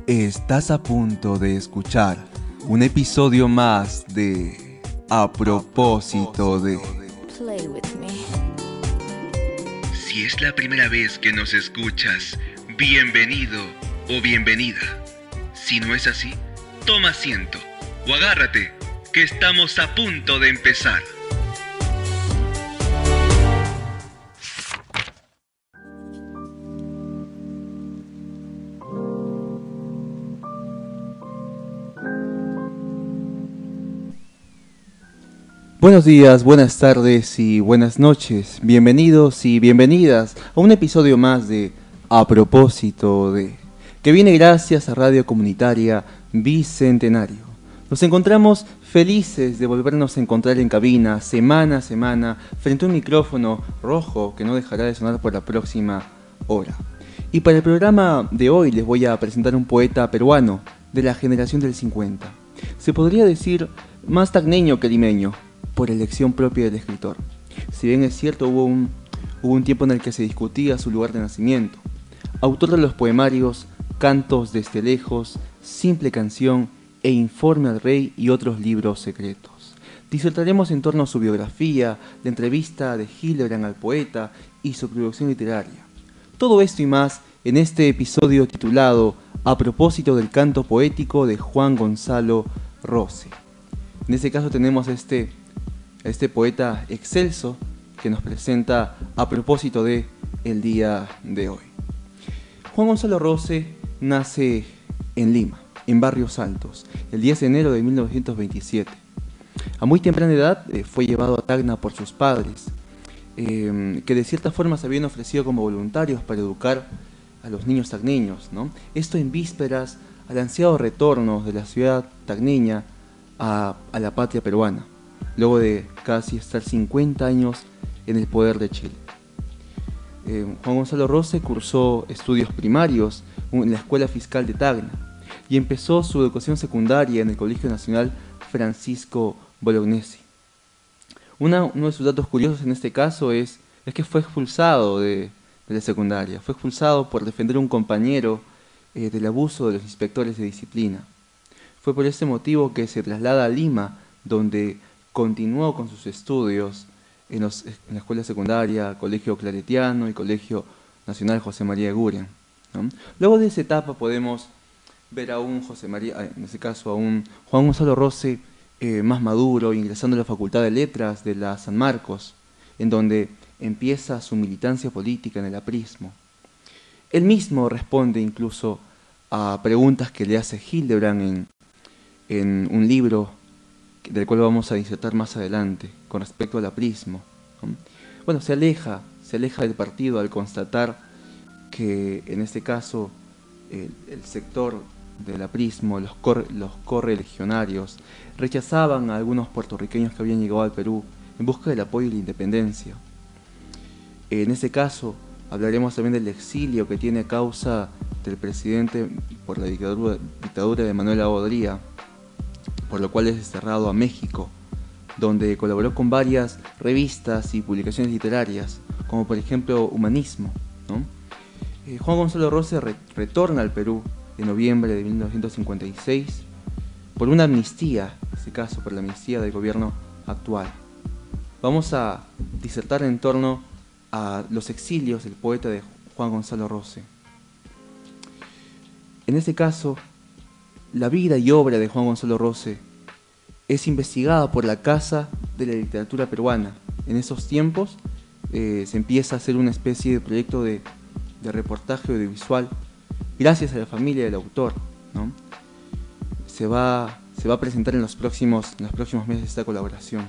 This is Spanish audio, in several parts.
Estás a punto de escuchar un episodio más de A propósito de... Play with me. Si es la primera vez que nos escuchas, bienvenido o bienvenida. Si no es así, toma asiento o agárrate, que estamos a punto de empezar. Buenos días, buenas tardes y buenas noches. Bienvenidos y bienvenidas a un episodio más de A propósito de... que viene gracias a Radio Comunitaria Bicentenario. Nos encontramos felices de volvernos a encontrar en cabina semana a semana frente a un micrófono rojo que no dejará de sonar por la próxima hora. Y para el programa de hoy les voy a presentar un poeta peruano de la generación del 50. Se podría decir más tacneño que limeño, por elección propia del escritor. Si bien es cierto, hubo un tiempo en el que se discutía su lugar de nacimiento. Autor de los poemarios Cantos desde lejos, Simple canción e Informe al Rey y otros libros secretos. Disertaremos en torno a su biografía, la entrevista de Hildebrand al poeta y su producción literaria. Todo esto y más en este episodio titulado A propósito del canto poético de Juan Gonzalo Rose. En este caso tenemos este poeta excelso que nos presenta a propósito de el día de hoy. Juan Gonzalo Rose nace en Lima, en Barrios Altos, el 10 de enero de 1927. A muy temprana edad fue llevado a Tacna por sus padres, que de cierta forma se habían ofrecido como voluntarios para educar a los niños tacneños, ¿no? Esto en vísperas al ansiado retorno de la ciudad tacneña a la patria peruana, luego de casi estar 50 años en el poder de Chile. Juan Gonzalo Rose cursó estudios primarios en la Escuela Fiscal de Tacna y empezó su educación secundaria en el Colegio Nacional Francisco Bolognesi. Uno de sus datos curiosos en este caso es que fue expulsado de la secundaria. Fue expulsado por defender a un compañero del abuso de los inspectores de disciplina. Fue por este motivo que se traslada a Lima, donde continuó con sus estudios en la escuela secundaria, Colegio Claretiano y Colegio Nacional José María Eguren, ¿no? Luego de esa etapa podemos ver a un en ese caso a un Juan Gonzalo Rose más maduro, ingresando a la Facultad de Letras de la San Marcos, en donde empieza su militancia política en el aprismo. Él mismo responde incluso a preguntas que le hace Hildebrand en un libro del cual vamos a disertar más adelante, con respecto al aprismo. Bueno, se aleja del partido al constatar que en este caso el sector del aprismo, los correligionarios, rechazaban a algunos puertorriqueños que habían llegado al Perú en busca del apoyo y la independencia. En ese caso hablaremos también del exilio que tiene a causa del presidente por la dictadura de Manuel Agodría, por lo cual es desterrado a México, donde colaboró con varias revistas y publicaciones literarias, como por ejemplo Humanismo, ¿no? Juan Gonzalo Rose retorna al Perú en noviembre de 1956 por una amnistía, en este caso por la amnistía del gobierno actual. Vamos a disertar en torno a los exilios del poeta de Juan Gonzalo Rose. En este caso, la vida y obra de Juan Gonzalo Rose es investigada por la Casa de la Literatura Peruana. En esos tiempos se empieza a hacer una especie de proyecto de reportaje audiovisual gracias a la familia del autor, ¿no? Se va a presentar en los próximos meses esta colaboración.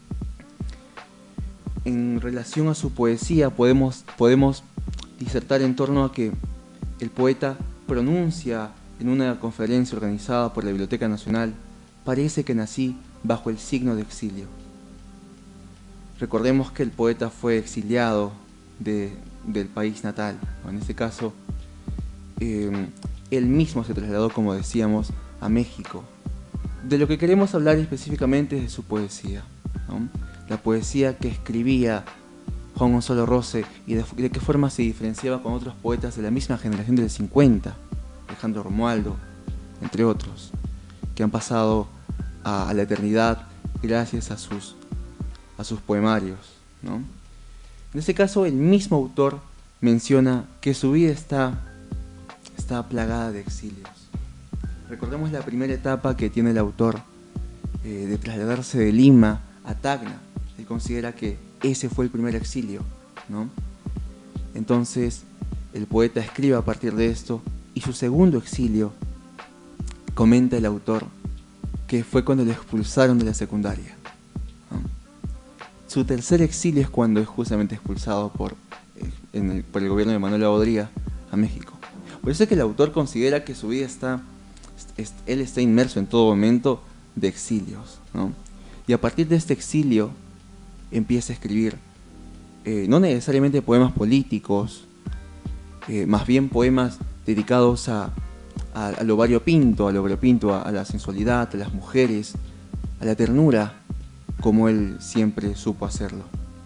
En relación a su poesía podemos disertar en torno a que el poeta pronuncia en una conferencia organizada por la Biblioteca Nacional: parece que nací bajo el signo de exilio. Recordemos que el poeta fue exiliado del país natal, ¿no? En este caso, él mismo se trasladó, como decíamos, a México. De lo que queremos hablar específicamente es de su poesía, ¿no? La poesía que escribía Juan Gonzalo Rose y de qué forma se diferenciaba con otros poetas de la misma generación del 50. Alejandro Romualdo, entre otros, que han pasado a la eternidad gracias a sus poemarios, ¿no? En este caso, el mismo autor menciona que su vida está plagada de exilios. Recordemos la primera etapa que tiene el autor de trasladarse de Lima a Tacna. Él considera que ese fue el primer exilio, ¿no? Entonces, el poeta escribe a partir de esto, y su segundo exilio, comenta el autor, que fue cuando lo expulsaron de la secundaria, ¿no? Su tercer exilio es cuando es justamente expulsado por el gobierno de Manuel Avodría a México. Por eso es que el autor considera que su vida él está inmerso en todo momento de exilios, ¿no? Y a partir de este exilio empieza a escribir, no necesariamente poemas políticos, más bien poemas dedicados a lo variopinto, a la sensualidad, a las mujeres, a la ternura, como él siempre supo hacerlo.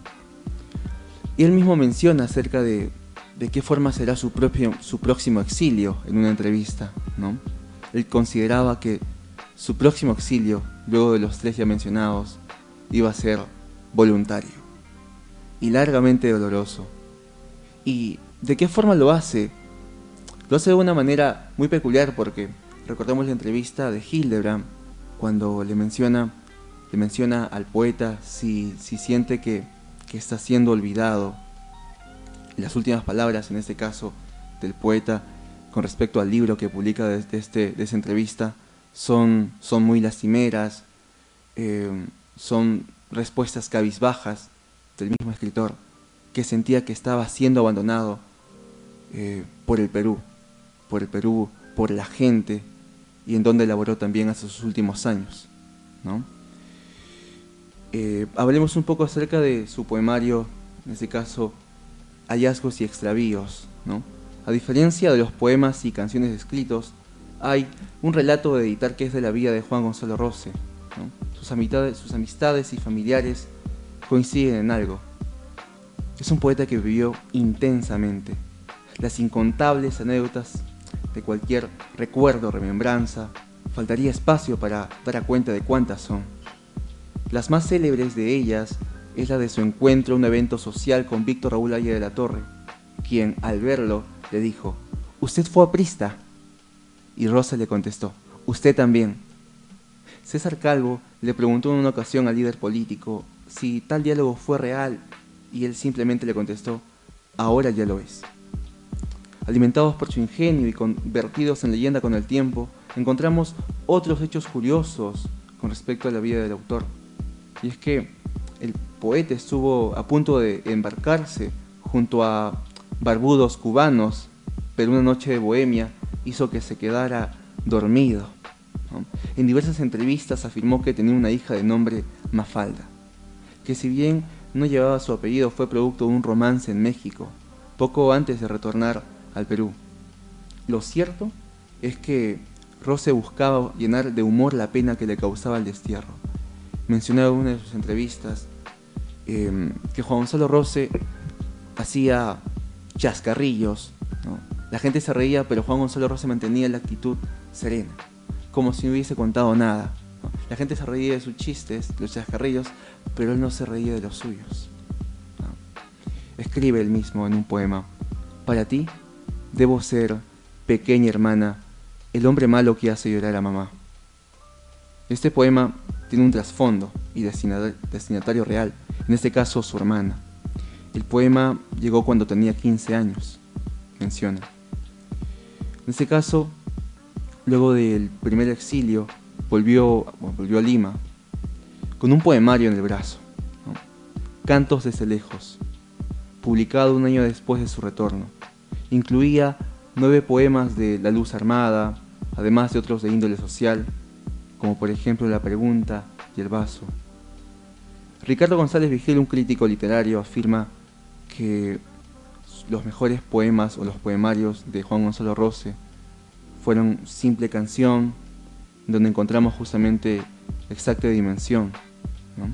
Y él mismo menciona acerca de qué forma será su próximo exilio en una entrevista, ¿no? Él consideraba que su próximo exilio, luego de los 3 ya mencionados, iba a ser voluntario y largamente doloroso. ¿Y de qué forma lo hace? Lo hace de una manera muy peculiar, porque recordemos la entrevista de Hildebrand, cuando le menciona al poeta si siente que está siendo olvidado. Las últimas palabras, en este caso, del poeta con respecto al libro que publica de esa entrevista son muy lastimeras, son respuestas cabizbajas del mismo escritor, que sentía que estaba siendo abandonado por el Perú, por la gente, y en donde laboró también hasta sus últimos años, ¿no? Hablemos un poco acerca de su poemario, en este caso, Hallazgos y extravíos, ¿no? A diferencia de los poemas y canciones escritos, hay un relato de editar que es de la vida de Juan Gonzalo Rose, ¿no? Sus amistades y familiares coinciden en algo. Es un poeta que vivió intensamente. Las incontables anécdotas de cualquier recuerdo o remembranza, faltaría espacio para dar a cuenta de cuántas son. Las más célebres de ellas es la de su encuentro en un evento social con Víctor Raúl Haya de la Torre, quien, al verlo, le dijo: «¿Usted fue aprista?». Y Rosa le contestó: «Usted también». César Calvo le preguntó en una ocasión al líder político si tal diálogo fue real, y él simplemente le contestó: «Ahora ya lo es». Alimentados por su ingenio y convertidos en leyenda con el tiempo, encontramos otros hechos curiosos con respecto a la vida del autor. Y es que el poeta estuvo a punto de embarcarse junto a barbudos cubanos, pero una noche de bohemia hizo que se quedara dormido, ¿no? En diversas entrevistas afirmó que tenía una hija de nombre Mafalda, que si bien no llevaba su apellido, fue producto de un romance en México, poco antes de retornar al Perú. Lo cierto es que Rose buscaba llenar de humor la pena que le causaba el destierro. Mencionaba en una de sus entrevistas que Juan Gonzalo Rose hacía chascarrillos, ¿no? La gente se reía, pero Juan Gonzalo Rose mantenía la actitud serena, como si no hubiese contado nada, ¿no? La gente se reía de sus chistes, de los chascarrillos, pero él no se reía de los suyos, ¿no? Escribe él mismo en un poema: «Para ti debo ser, pequeña hermana, el hombre malo que hace llorar a mamá». Este poema tiene un trasfondo y destinatario real, en este caso su hermana. El poema llegó cuando tenía 15 años, menciona. En este caso, luego del primer exilio, volvió a Lima con un poemario en el brazo, ¿no? Cantos desde lejos, publicado un año después de su retorno. Incluía 9 poemas de La Luz Armada, además de otros de índole social, como por ejemplo La Pregunta y El Vaso. Ricardo González Vigil, un crítico literario, afirma que los mejores poemas o los poemarios de Juan Gonzalo Rose fueron Simple Canción, donde encontramos justamente Exacta Dimensión, ¿no?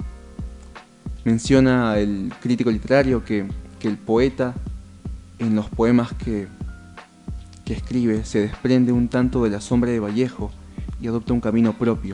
Menciona el crítico literario que el poeta, en los poemas que que escribe se desprende un tanto de la sombra de Vallejo y adopta un camino propio.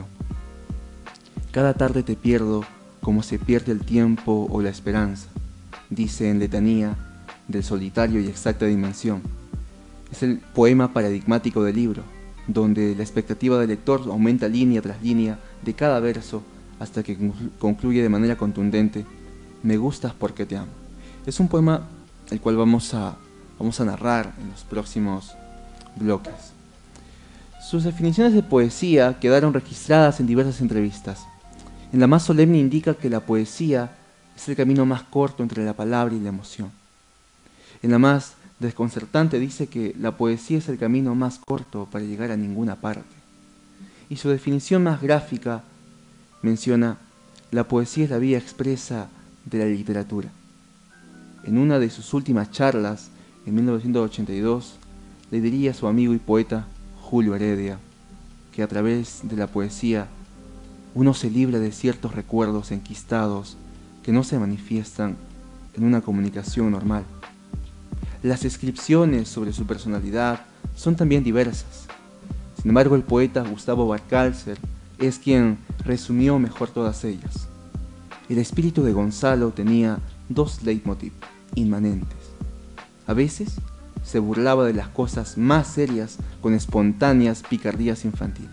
Cada tarde te pierdo como se pierde el tiempo o la esperanza, dice en Letanía del solitario y exacta dimensión. Es el poema paradigmático del libro, donde la expectativa del lector aumenta línea tras línea de cada verso hasta que concluye de manera contundente: me gustas porque te amo. Es un poema el cual vamos a narrar en los próximos bloques. Sus definiciones de poesía quedaron registradas en diversas entrevistas. En la más solemne indica que la poesía es el camino más corto entre la palabra y la emoción. En la más desconcertante dice que la poesía es el camino más corto para llegar a ninguna parte. Y su definición más gráfica menciona: la poesía es la vía expresa de la literatura. En una de sus últimas charlas, en 1982, le diría a su amigo y poeta Julio Heredia que a través de la poesía uno se libra de ciertos recuerdos enquistados que no se manifiestan en una comunicación normal. Las descripciones sobre su personalidad son también diversas. Sin embargo, el poeta Gustavo Valcárcel es quien resumió mejor todas ellas. El espíritu de Gonzalo tenía dos leitmotiv inmanentes. A veces se burlaba de las cosas más serias con espontáneas picardías infantiles.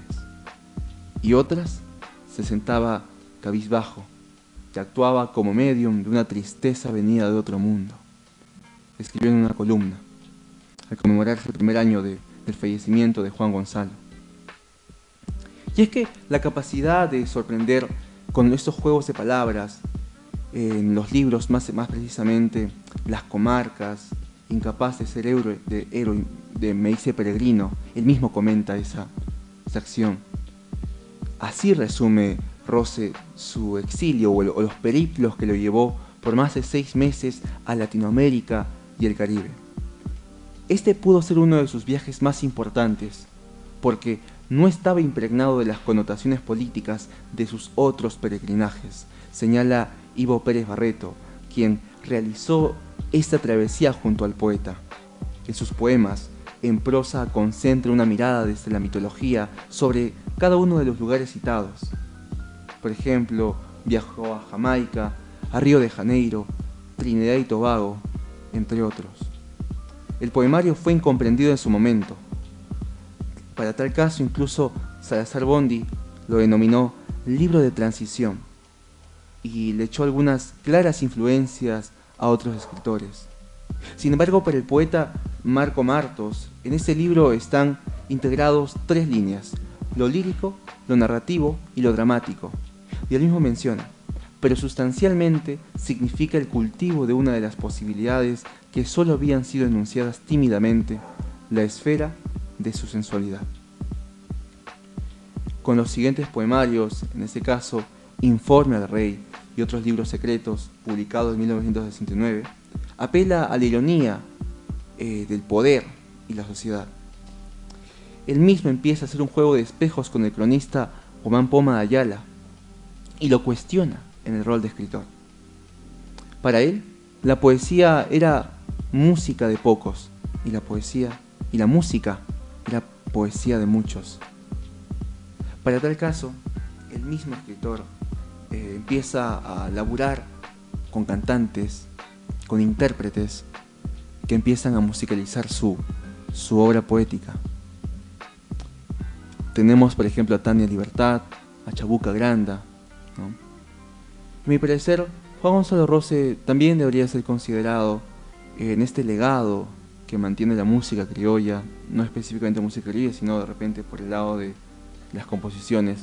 Y otras se sentaba cabizbajo, que actuaba como medium de una tristeza venida de otro mundo. Escribió en una columna, al conmemorarse el primer año del fallecimiento de Juan Gonzalo. Y es que la capacidad de sorprender con estos juegos de palabras, en los libros más precisamente Las Comarcas, Incapaz de ser héroe de Me hice peregrino, él mismo comenta esa acción. Así resume Rose su exilio o los periplos que lo llevó por más de 6 meses a Latinoamérica y el Caribe. Este pudo ser uno de sus viajes más importantes, porque no estaba impregnado de las connotaciones políticas de sus otros peregrinajes, señala Ivo Pérez Barreto, quien realizó esta travesía junto al poeta. En sus poemas, en prosa, concentra una mirada desde la mitología sobre cada uno de los lugares citados. Por ejemplo, viajó a Jamaica, a Río de Janeiro, Trinidad y Tobago, entre otros. El poemario fue incomprendido en su momento. Para tal caso, incluso Salazar Bondi lo denominó libro de transición y le echó algunas claras influencias a otros escritores. Sin embargo, para el poeta Marco Martos, en este libro están integrados 3 líneas: lo lírico, lo narrativo y lo dramático. Y él mismo menciona: pero sustancialmente significa el cultivo de una de las posibilidades que solo habían sido enunciadas tímidamente, la esfera de su sensualidad. Con los siguientes poemarios, en este caso Informe al Rey y otros libros secretos, publicados en 1969, apela a la ironía del poder y la sociedad. Él mismo empieza a hacer un juego de espejos con el cronista Román Poma de Ayala y lo cuestiona en el rol de escritor. Para él, la poesía era música de pocos y la música era poesía de muchos. Para tal caso, el mismo escritor empieza a laburar con cantantes, con intérpretes que empiezan a musicalizar su obra poética. Tenemos, por ejemplo, a Tania Libertad, a Chabuca Granda, ¿no? A mi parecer, Juan Gonzalo Rose también debería ser considerado en este legado que mantiene la música criolla, no específicamente música criolla, sino de repente por el lado de las composiciones.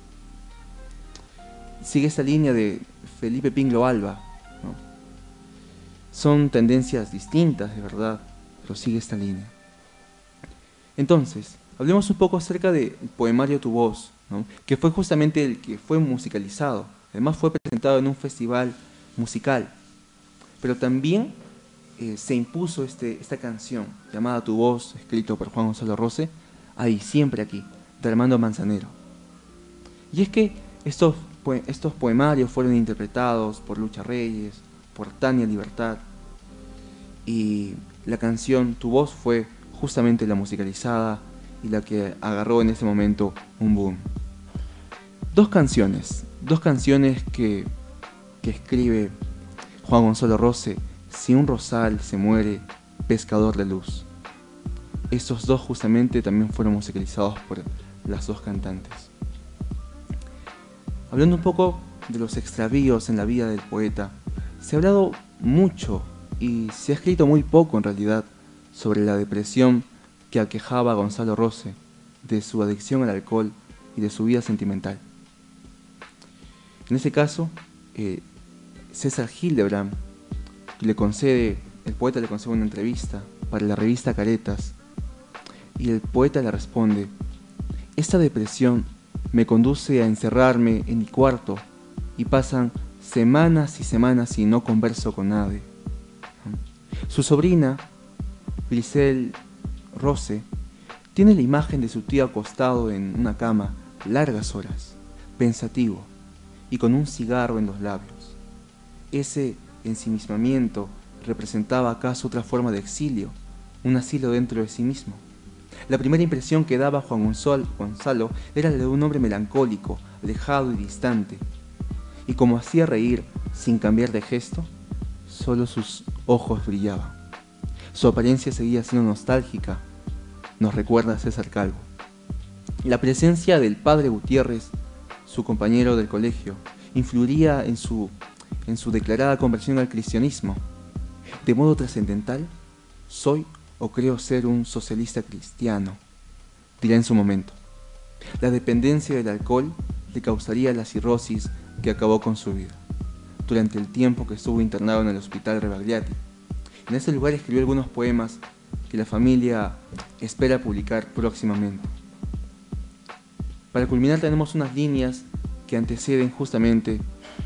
Sigue esta línea de Felipe Pingló Alba, ¿no? Son tendencias distintas, de verdad, pero sigue esta línea. Entonces, hablemos un poco acerca del poemario Tu Voz, ¿no? Que fue justamente el que fue musicalizado. Además fue presentado en un festival musical. Pero también se impuso esta canción llamada Tu Voz, escrito por Juan Gonzalo Rose, ahí, siempre aquí, de Armando Manzanero. Y es que estos poemarios fueron interpretados por Lucha Reyes, por Tania Libertad, y la canción Tu Voz fue justamente la musicalizada y la que agarró en ese momento un boom. Dos canciones que escribe Juan Gonzalo Roce: Si un rosal se muere, pescador de luz. Estos dos justamente también fueron musicalizados por las dos cantantes. Hablando un poco de los extravíos en la vida del poeta, se ha hablado mucho y se ha escrito muy poco en realidad sobre la depresión que aquejaba a Gonzalo Roce, de su adicción al alcohol y de su vida sentimental. En ese caso, César Hildebrand el poeta le concede una entrevista para la revista Caretas, y el poeta le responde: esta depresión me conduce a encerrarme en mi cuarto y pasan semanas y semanas y no converso con nadie. Su sobrina, Grisel Roce, tiene la imagen de su tío acostado en una cama largas horas, pensativo y con un cigarro en los labios. Ese ensimismamiento representaba acaso otra forma de exilio, un asilo dentro de sí mismo. La primera impresión que daba Juan Gonzalo era la de un hombre melancólico, alejado y distante. Y como hacía reír sin cambiar de gesto, solo sus ojos brillaban. Su apariencia seguía siendo nostálgica, nos recuerda César Calvo. La presencia del padre Gutiérrez, su compañero del colegio, influiría en su declarada conversión al cristianismo. De modo trascendental, soy o creo ser un socialista cristiano, dirá en su momento. La dependencia del alcohol le causaría la cirrosis que acabó con su vida, durante el tiempo que estuvo internado en el hospital Rebagliati. En ese lugar escribió algunos poemas que la familia espera publicar próximamente. Para culminar tenemos unas líneas que anteceden justamente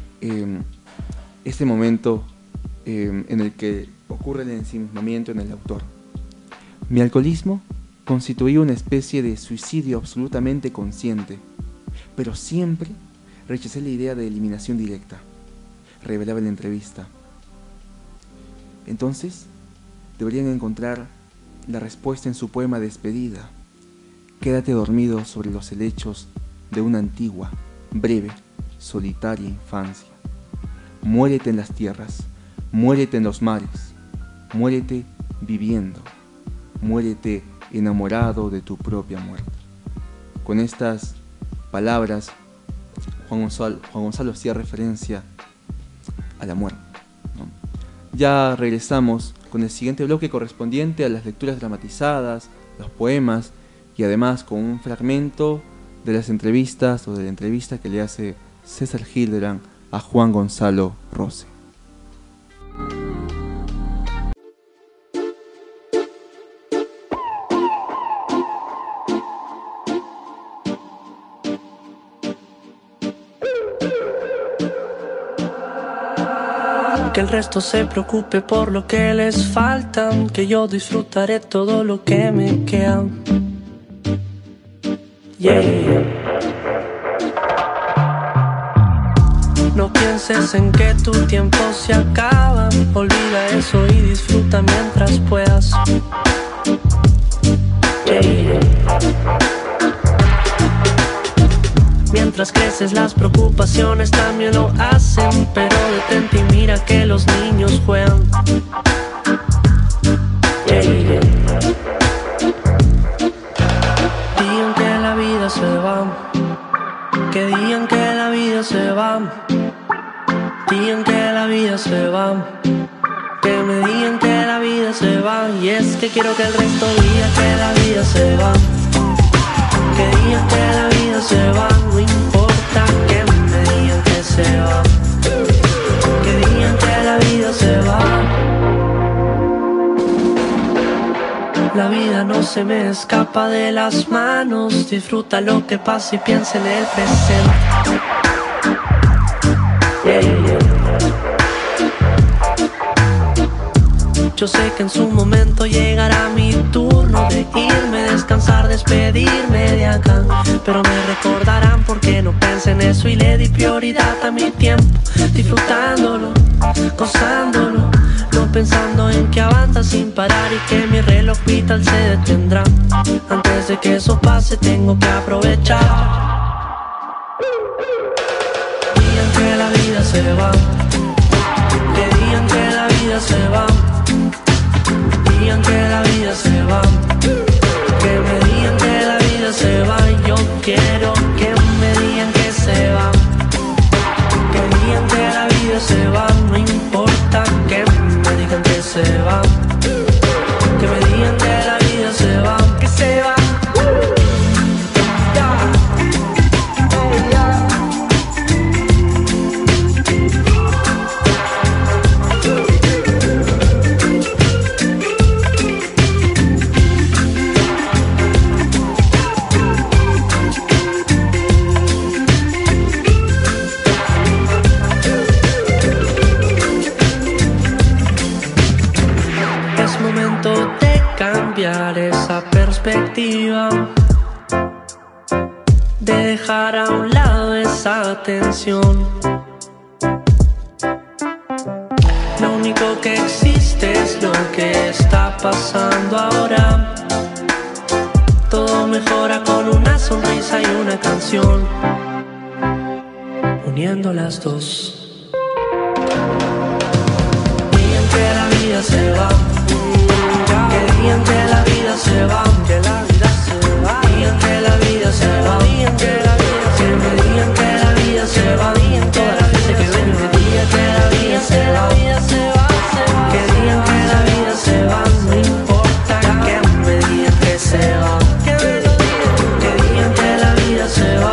este momento en el que ocurre el ensimismamiento en el autor. Mi alcoholismo constituía una especie de suicidio absolutamente consciente, pero siempre rechacé la idea de eliminación directa, revelaba en la entrevista. Entonces, deberían encontrar la respuesta en su poema Despedida. Quédate dormido sobre los helechos de una antigua, breve, solitaria infancia. Muérete en las tierras, muérete en los mares, muérete viviendo, muérete enamorado de tu propia muerte. Con estas palabras, Juan Gonzalo hacía referencia a la muerte, ¿no? Ya regresamos con el siguiente bloque correspondiente a las lecturas dramatizadas, los poemas, y además con un fragmento de las entrevistas o de la entrevista que le hace César Hildebrand a Juan Gonzalo Roce. Que el resto se preocupe por lo que les falta, que yo disfrutaré todo lo que me queda. Yeah. No pienses en que tu tiempo se acaba, olvida eso y disfruta mientras puedas. Yeah. Mientras creces las preocupaciones también lo hacen, pero detente y mira que los niños juegan. Yeah. Digan que la vida se va, que digan que la vida se va, digan que la vida se va, que me digan que la vida se va. Y es que quiero que el resto diga que la vida se va, que digan que la vida se va, no importa que me digan que se va, que digan que la vida se va. La vida no se me escapa de las manos, disfruta lo que pasa y piensa en el presente. Yeah. Yo sé que en su momento llegará mi turno de irme, descansar, despedirme de acá, pero me recordarán porque no pensé en eso y le di prioridad a mi tiempo, disfrutándolo, gozándolo, no pensando en que avanza sin parar y que mi reloj vital se detendrá. Antes de que eso pase tengo que aprovechar. Digan que la vida se va, que digan que la vida se va, digan que la vida se va, que me digan que la vida se va. Y yo quiero que me digan que se va, que digan que la vida se va. No importa que me digan que se va, que me digan que la vida se va, que se va. Esa perspectiva, de dejar a un lado esa tensión. Lo único que existe es lo que está pasando ahora. Todo mejora con una sonrisa y una canción, uniendo las dos. Digan que la vida se va, que digan que la vida se va, que la vida se va, digan que la vida se va, digan que la vida se va, que me digan que la vida se va, digan toda la gente que ven me diga que la vida se va, que digan que la vida se va, no importa que me digan que se va, que me lo digan, que digan que la vida se va.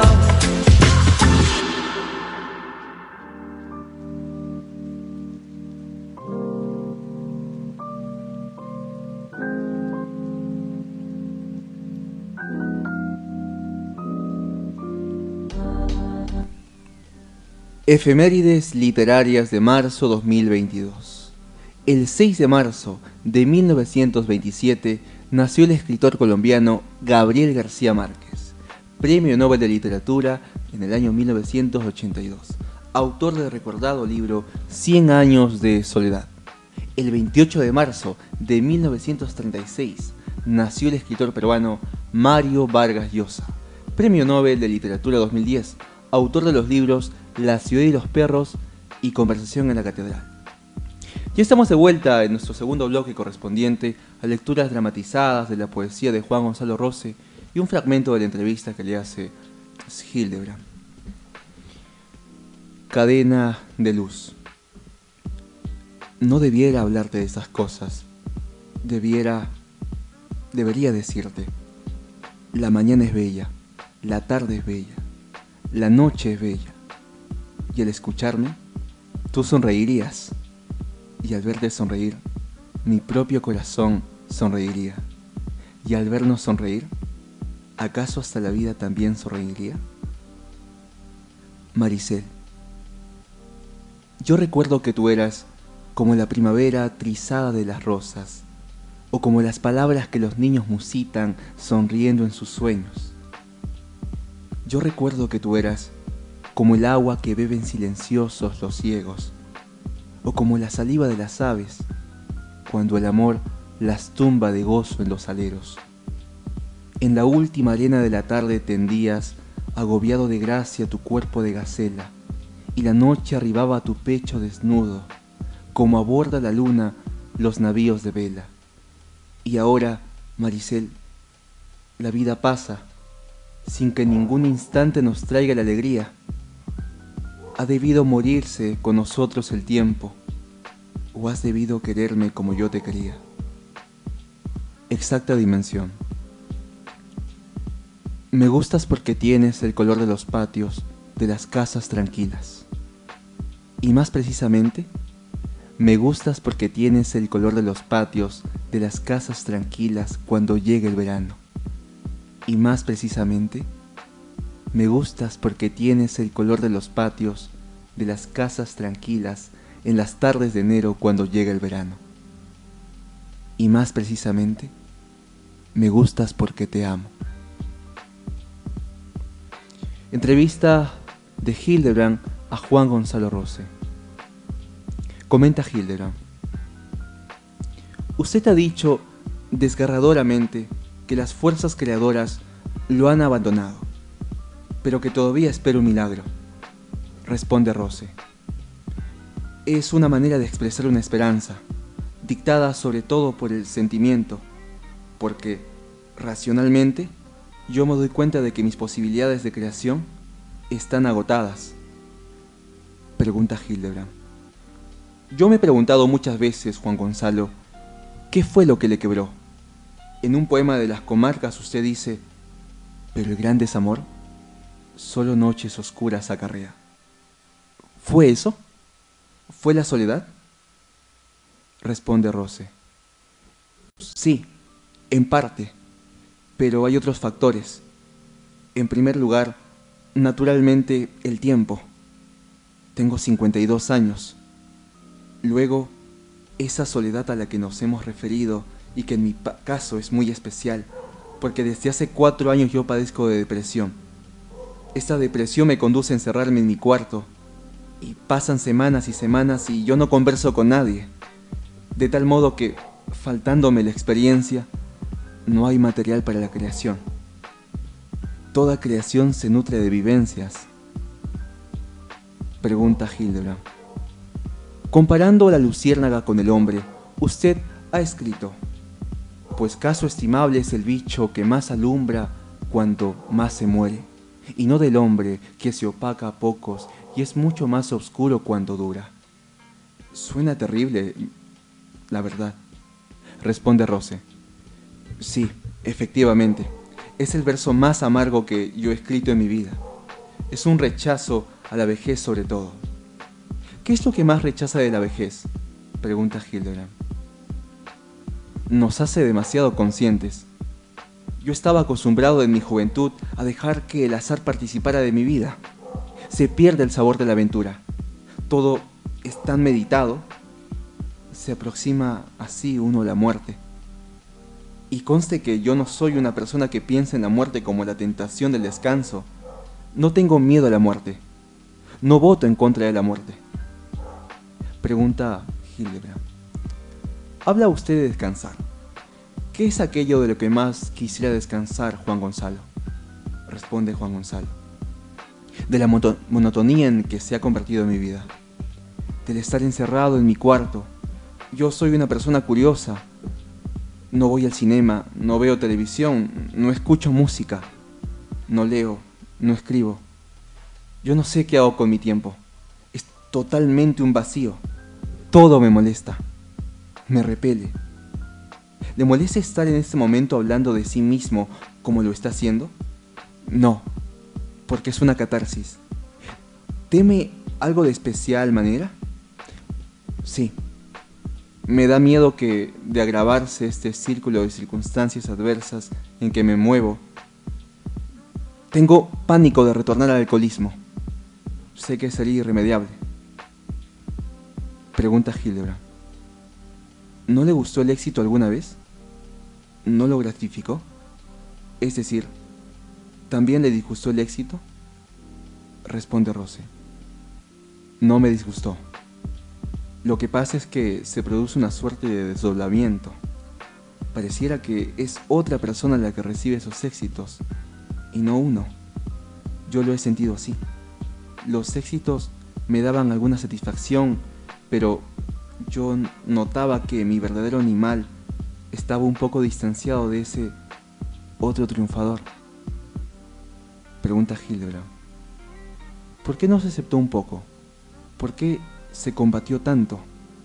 Efemérides literarias de marzo 2022. El 6 de marzo de 1927 nació el escritor colombiano Gabriel García Márquez, Premio Nobel de Literatura en el año 1982, autor del recordado libro 100 años de soledad. El 28 de marzo de 1936 nació el escritor peruano Mario Vargas Llosa, Premio Nobel de Literatura 2010, autor de los libros La ciudad y los perros y Conversación en la catedral. Ya estamos de vuelta en nuestro segundo bloque correspondiente a lecturas dramatizadas de la poesía de Juan Gonzalo Rose y un fragmento de la entrevista que le hace Hildebrand. Cadena de luz. No debiera hablarte de esas cosas. Debería decirte: la mañana es bella, la tarde es bella, la noche es bella. Y al escucharme, tú sonreirías. Y al verte sonreír, mi propio corazón sonreiría. Y al vernos sonreír, ¿acaso hasta la vida también sonreiría? Maricel. Yo recuerdo que tú eras como la primavera trizada de las rosas, o como las palabras que los niños musitan sonriendo en sus sueños. Yo recuerdo que tú eras como el agua que beben silenciosos los ciegos, o como la saliva de las aves, cuando el amor las tumba de gozo en los aleros. En la última arena de la tarde tendías, agobiado de gracia, tu cuerpo de gacela, y la noche arribaba a tu pecho desnudo, como aborda la luna los navíos de vela. Y ahora, Maricel, la vida pasa, sin que ningún instante nos traiga la alegría. ¿Ha debido morirse con nosotros el tiempo, o has debido quererme como yo te quería? Exacta dimensión. Me gustas porque tienes el color de los patios de las casas tranquilas. Y más precisamente, me gustas porque tienes el color de los patios de las casas tranquilas cuando llegue el verano. Y más precisamente, me gustas porque tienes el color de los patios de las casas tranquilas en las tardes de enero cuando llega el verano. Y más precisamente, me gustas porque te amo. Entrevista de Hildebrand a Juan Gonzalo Rose. Comenta Hildebrand: Usted ha dicho desgarradoramente que las fuerzas creadoras lo han abandonado, pero que todavía espera un milagro. Responde Rose. Es una manera de expresar una esperanza, dictada sobre todo por el sentimiento, porque, racionalmente, yo me doy cuenta de que mis posibilidades de creación están agotadas. Pregunta Hildebrand. Yo me he preguntado muchas veces, Juan Gonzalo, ¿qué fue lo que le quebró? En un poema de las comarcas usted dice, pero el gran desamor solo noches oscuras acarrea. ¿Fue eso? ¿Fue la soledad? Responde Rose. Sí, en parte, pero hay otros factores. En primer lugar, naturalmente, el tiempo. Tengo 52 años. Luego, esa soledad a la que nos hemos referido y que en mi caso es muy especial, porque desde hace 4 años yo padezco de depresión. Esta depresión me conduce a encerrarme en mi cuarto y pasan semanas y semanas y yo no converso con nadie, de tal modo que, faltándome la experiencia, no hay material para la creación. Toda creación se nutre de vivencias. Pregunta Hildebrand. Comparando la luciérnaga con el hombre, usted ha escrito, pues caso estimable es el bicho que más alumbra cuanto más se muere, y no del hombre que se opaca a pocos y es mucho más oscuro cuando dura. Suena terrible, la verdad. Responde Rose. Sí, efectivamente, es el verso más amargo que yo he escrito en mi vida. Es un rechazo a la vejez sobre todo. ¿Qué es lo que más rechaza de la vejez? Pregunta Hildebrand. Nos hace demasiado conscientes. Yo estaba acostumbrado en mi juventud a dejar que el azar participara de mi vida. Se pierde el sabor de la aventura. Todo es tan meditado. Se aproxima así uno a la muerte. Y conste que yo no soy una persona que piensa en la muerte como la tentación del descanso. No tengo miedo a la muerte. No voto en contra de la muerte. Pregunta Hildebrand. Habla usted de descansar. ¿Qué es aquello de lo que más quisiera descansar, Juan Gonzalo? Responde Juan Gonzalo. De la monotonía en que se ha convertido mi vida. Del estar encerrado en mi cuarto. Yo soy una persona curiosa. No voy al cinema, no veo televisión, no escucho música. No leo, no escribo. Yo no sé qué hago con mi tiempo. Es totalmente un vacío. Todo me molesta. Me repele. ¿Le molesta estar en este momento hablando de sí mismo como lo está haciendo? No, porque es una catarsis. ¿Teme algo de especial manera? Sí. Me da miedo que, de agravarse este círculo de circunstancias adversas en que me muevo, tengo pánico de retornar al alcoholismo. Sé que sería irremediable. Pregunta Hildebrand. ¿No le gustó el éxito alguna vez? ¿No lo gratificó? Es decir, ¿también le disgustó el éxito? Responde Rose. No me disgustó. Lo que pasa es que se produce una suerte de desdoblamiento. Pareciera que es otra persona la que recibe esos éxitos, y no uno. Yo lo he sentido así. Los éxitos me daban alguna satisfacción, pero yo notaba que mi verdadero animal estaba un poco distanciado de ese otro triunfador. Pregunta Hildebrand. ¿Por qué no se aceptó un poco? ¿Por qué se combatió tanto?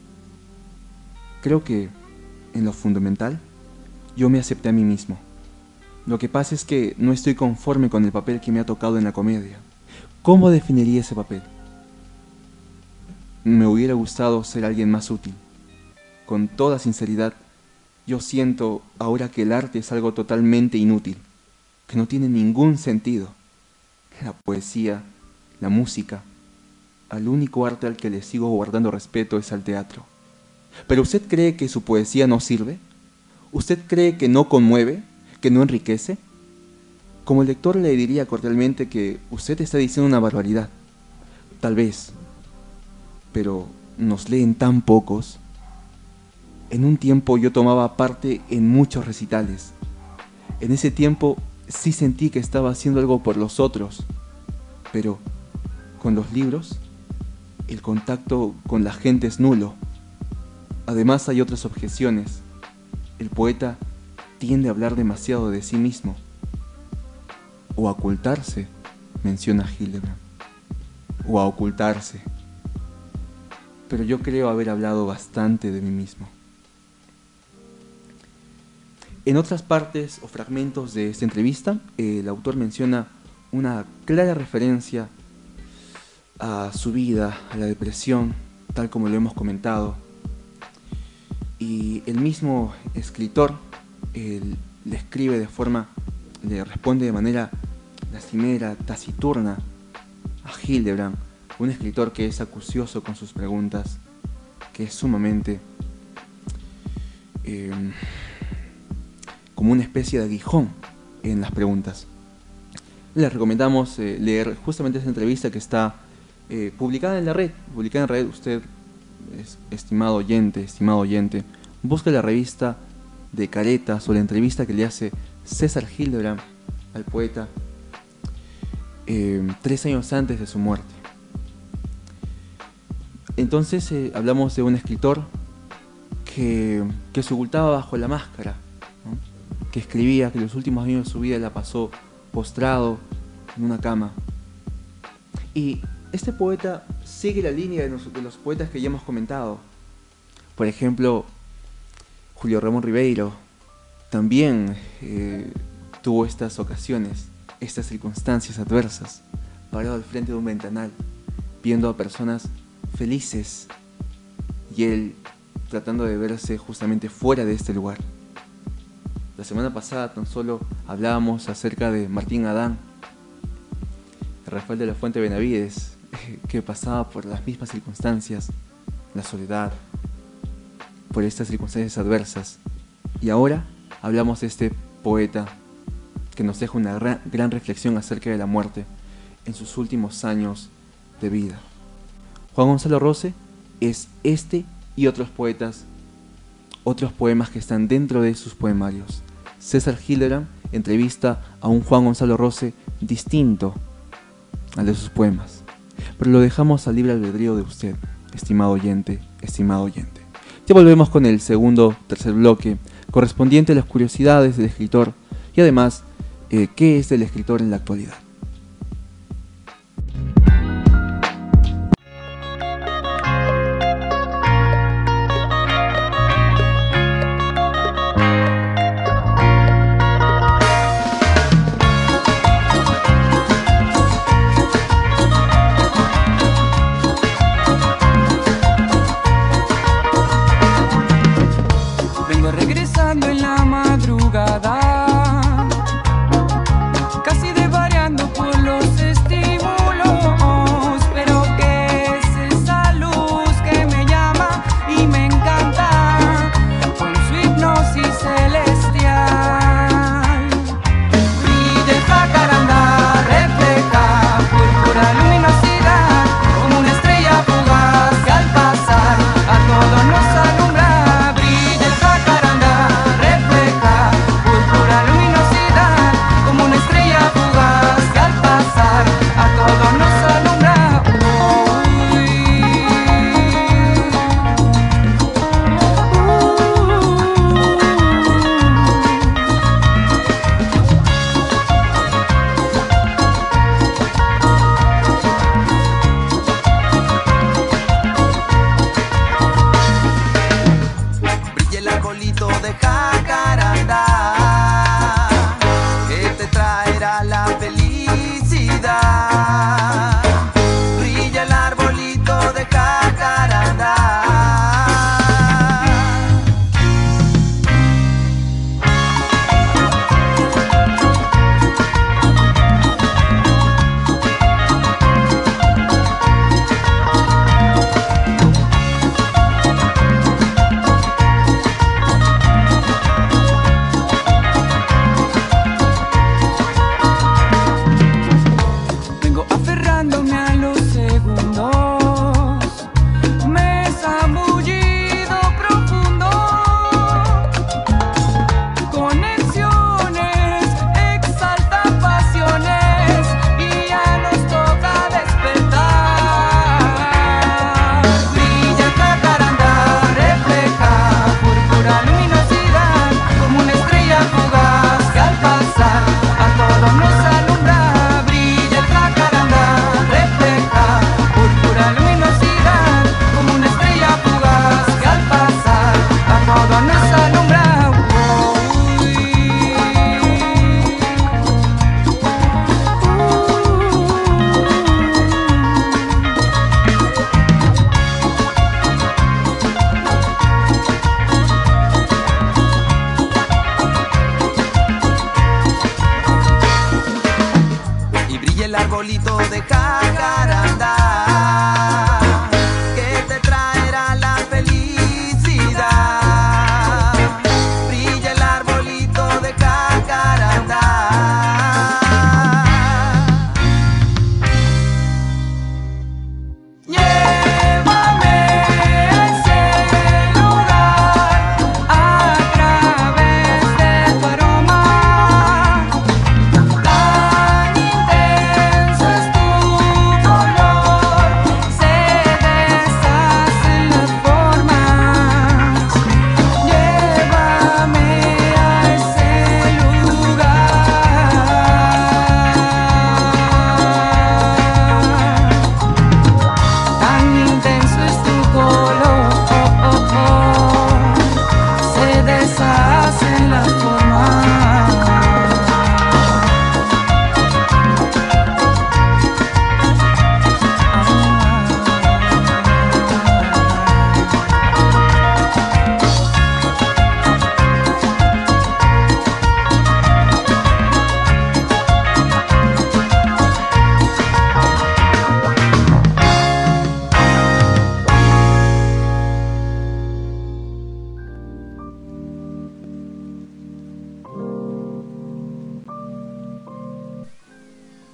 Creo que, en lo fundamental, yo me acepté a mí mismo. Lo que pasa es que no estoy conforme con el papel que me ha tocado en la comedia. ¿Cómo definiría ese papel? Me hubiera gustado ser alguien más útil. Con toda sinceridad, yo siento ahora que el arte es algo totalmente inútil, que no tiene ningún sentido. La poesía, la música, al único arte al que le sigo guardando respeto es al teatro. ¿Pero usted cree que su poesía no sirve? ¿Usted cree que no conmueve, que no enriquece? Como lector le diría cordialmente que usted está diciendo una barbaridad. Tal vez, pero nos leen tan pocos. En un tiempo yo tomaba parte en muchos recitales. En ese tiempo sí sentí que estaba haciendo algo por los otros, pero con los libros, el contacto con la gente es nulo. Además hay otras objeciones. El poeta tiende a hablar demasiado de sí mismo. O a ocultarse, menciona Hildebrand. O a ocultarse. Pero yo creo haber hablado bastante de mí mismo. En otras partes o fragmentos de esta entrevista, el autor menciona una clara referencia a su vida, a la depresión, tal como lo hemos comentado. Y el mismo escritor le responde de manera lastimera, taciturna a Hildebrand, un escritor que es acucioso con sus preguntas, que es sumamente como una especie de aguijón en las preguntas. Les recomendamos leer justamente esa entrevista que está publicada en la red. Usted, estimado oyente, busque la revista de Caretas o la entrevista que le hace César Hildebrand al poeta 3 años antes de su muerte. Entonces hablamos de un escritor que se ocultaba bajo la máscara, ¿no? Que escribía, que los últimos años de su vida la pasó postrado en una cama. Y este poeta sigue la línea de los poetas que ya hemos comentado. Por ejemplo, Julio Ramón Ribeiro también tuvo estas ocasiones, estas circunstancias adversas, parado al frente de un ventanal, viendo a personas felices y él tratando de verse justamente fuera de este lugar. La semana pasada tan solo hablábamos acerca de Martín Adán, Rafael de la Fuente Benavides, que pasaba por las mismas circunstancias, la soledad, por estas circunstancias adversas. Y ahora hablamos de este poeta que nos deja una gran reflexión acerca de la muerte en sus últimos años de vida. Juan Gonzalo Rose es este y otros poetas, otros poemas que están dentro de sus poemarios. César Hildebrand entrevista a un Juan Gonzalo Rose distinto al de sus poemas, pero lo dejamos al libre albedrío de usted, estimado oyente. Ya volvemos con el tercer bloque, correspondiente a las curiosidades del escritor y además, qué es el escritor en la actualidad. Regresando en la madrugada, casi desvariando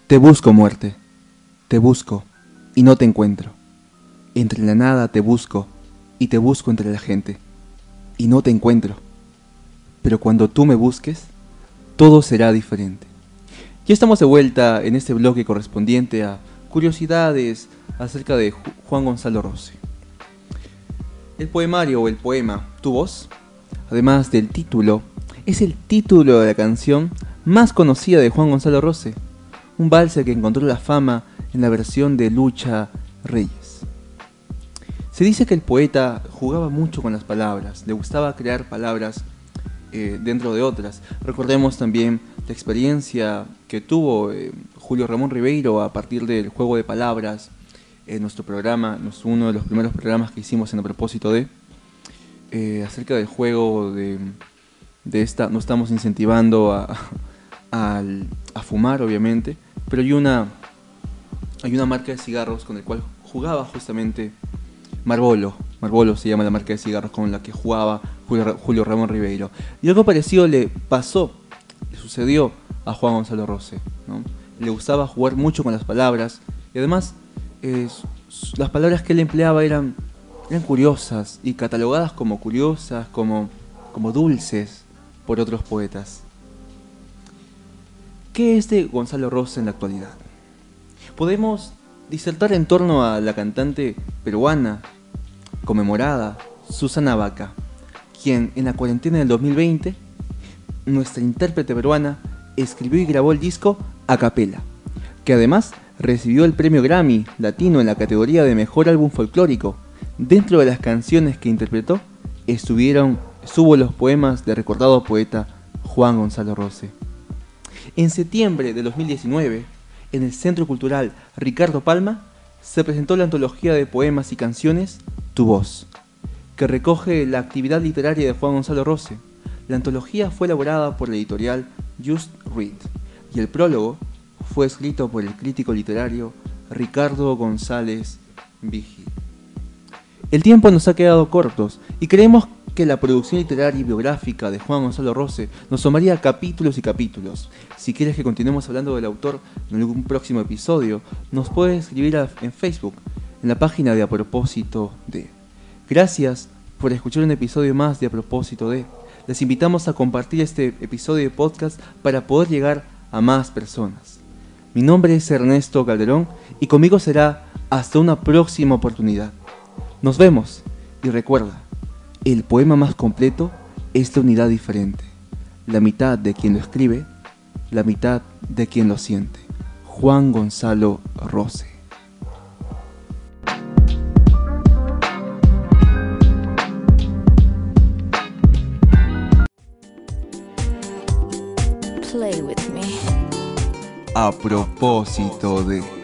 Te busco, muerte, te busco y no te encuentro. Entre la nada te busco y te busco entre la gente y no te encuentro. Pero cuando tú me busques, todo será diferente. Ya estamos de vuelta en este bloque correspondiente a curiosidades acerca de Juan Gonzalo Rose. El poemario o el poema Tu voz, además del título, es el título de la canción más conocida de Juan Gonzalo Rose, un valse que encontró la fama en la versión de Lucha Reyes. Se dice que el poeta jugaba mucho con las palabras, le gustaba crear palabras dentro de otras. Recordemos también la experiencia que tuvo Julio Ramón Ribeiro a partir del juego de palabras en nuestro programa, uno de los primeros programas que hicimos en A Propósito de, acerca del juego de esta. No estamos incentivando a fumar, obviamente, pero hay una marca de cigarros con el cual jugaba justamente Marlboro se llama la marca de cigarros con la que jugaba Julio Ramón Ribeiro. Y algo parecido le sucedió a Juan Gonzalo Rose, ¿no? Le gustaba jugar mucho con las palabras y además las palabras que él empleaba eran curiosas y catalogadas como curiosas, como dulces por otros poetas. ¿Qué es de Gonzalo Rose en la actualidad? Podemos disertar en torno a la cantante peruana conmemorada Susana Baca, quien en la cuarentena del 2020, nuestra intérprete peruana, escribió y grabó el disco a capela, que además recibió el premio Grammy Latino en la categoría de Mejor Álbum Folclórico. Dentro de las canciones que interpretó estuvo los poemas del recordado poeta Juan Gonzalo Rose. En septiembre de 2019, en el Centro Cultural Ricardo Palma, se presentó la antología de poemas y canciones Tu voz, que recoge la actividad literaria de Juan Gonzalo Rose. La antología fue elaborada por la editorial Just Read y el prólogo fue escrito por el crítico literario Ricardo González Vigil. El tiempo nos ha quedado cortos y creemos que la producción literaria y biográfica de Juan Gonzalo Rose nos tomaría capítulos y capítulos. Si quieres que continuemos hablando del autor en algún próximo episodio, nos puedes escribir en Facebook, en la página de A Propósito de. Gracias por escuchar un episodio más de A Propósito de. Les invitamos a compartir este episodio de podcast para poder llegar a más personas. Mi nombre es Ernesto Calderón y conmigo será hasta una próxima oportunidad. Nos vemos y recuerda, el poema más completo es la unidad diferente. La mitad de quien lo escribe, la mitad de quien lo siente. Juan Gonzalo Rose. Play with me. A propósito de.